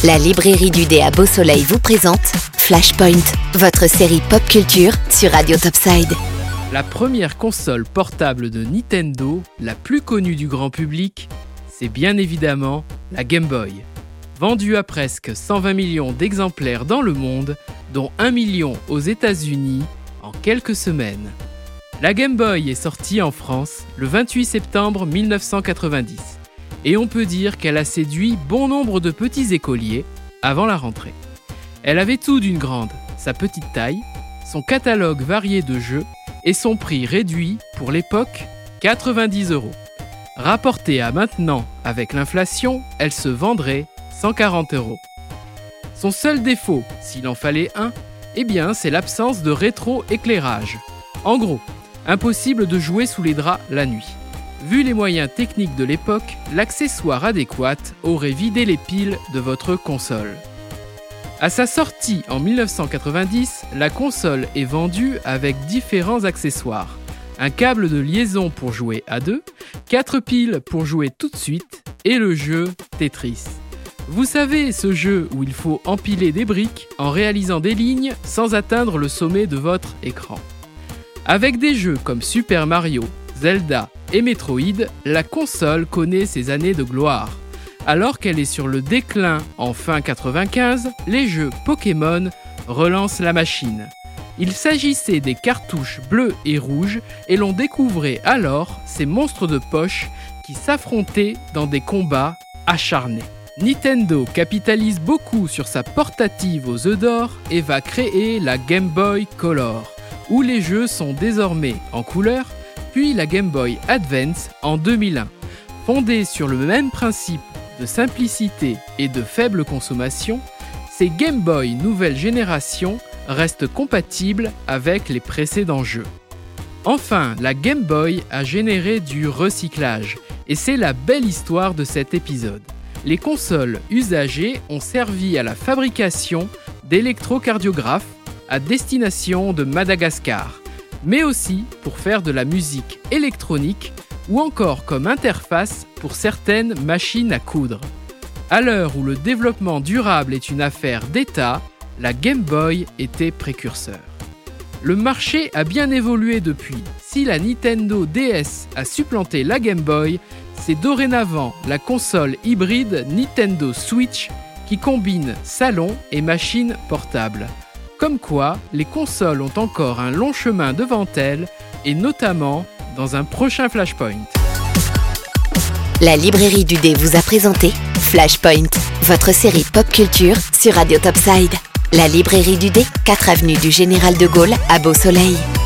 La librairie du dé à Beau Soleil vous présente Flashpoint, votre série pop culture sur Radio Topside. La première console portable de Nintendo, la plus connue du grand public, c'est bien évidemment la Game Boy. Vendue à presque 120 millions d'exemplaires dans le monde, dont 1 million aux États-Unis en quelques semaines. La Game Boy est sortie en France le 28 septembre 1990 et on peut dire qu'elle a séduit bon nombre de petits écoliers avant la rentrée. Elle avait tout d'une grande, sa petite taille, son catalogue varié de jeux et son prix réduit pour l'époque 90 €. Rapportée à maintenant avec l'inflation, elle se vendrait 140 €. Son seul défaut, s'il en fallait un, c'est l'absence de rétro-éclairage. En gros, impossible de jouer sous les draps la nuit. Vu les moyens techniques de l'époque, l'accessoire adéquat aurait vidé les piles de votre console. À sa sortie en 1990, la console est vendue avec différents accessoires. Un câble de liaison pour jouer à deux, 4 piles pour jouer tout de suite et le jeu Tetris. Vous savez, ce jeu où il faut empiler des briques en réalisant des lignes sans atteindre le sommet de votre écran. Avec des jeux comme Super Mario, Zelda et Metroid, la console connaît ses années de gloire. Alors qu'elle est sur le déclin en fin 95, les jeux Pokémon relancent la machine. Il s'agissait des cartouches bleues et rouges et l'on découvrait alors ces monstres de poche qui s'affrontaient dans des combats acharnés. Nintendo capitalise beaucoup sur sa portative aux œufs d'or et va créer la Game Boy Color, où les jeux sont désormais en couleur, puis la Game Boy Advance en 2001. Fondée sur le même principe de simplicité et de faible consommation, ces Game Boy nouvelle génération restent compatibles avec les précédents jeux. Enfin, la Game Boy a généré du recyclage, et c'est la belle histoire de cet épisode. Les consoles usagées ont servi à la fabrication d'électrocardiographes à destination de Madagascar, mais aussi pour faire de la musique électronique ou encore comme interface pour certaines machines à coudre. À l'heure où le développement durable est une affaire d'État, la Game Boy était précurseur. Le marché a bien évolué depuis. Si la Nintendo DS a supplanté la Game Boy, c'est dorénavant la console hybride Nintendo Switch qui combine salon et machine portable. Comme quoi, les consoles ont encore un long chemin devant elles, et notamment dans un prochain Flashpoint. La librairie du dé vous a présenté Flashpoint, votre série pop culture sur Radio Topside. La librairie du dé, 4 avenue du Général de Gaulle à Beau Soleil.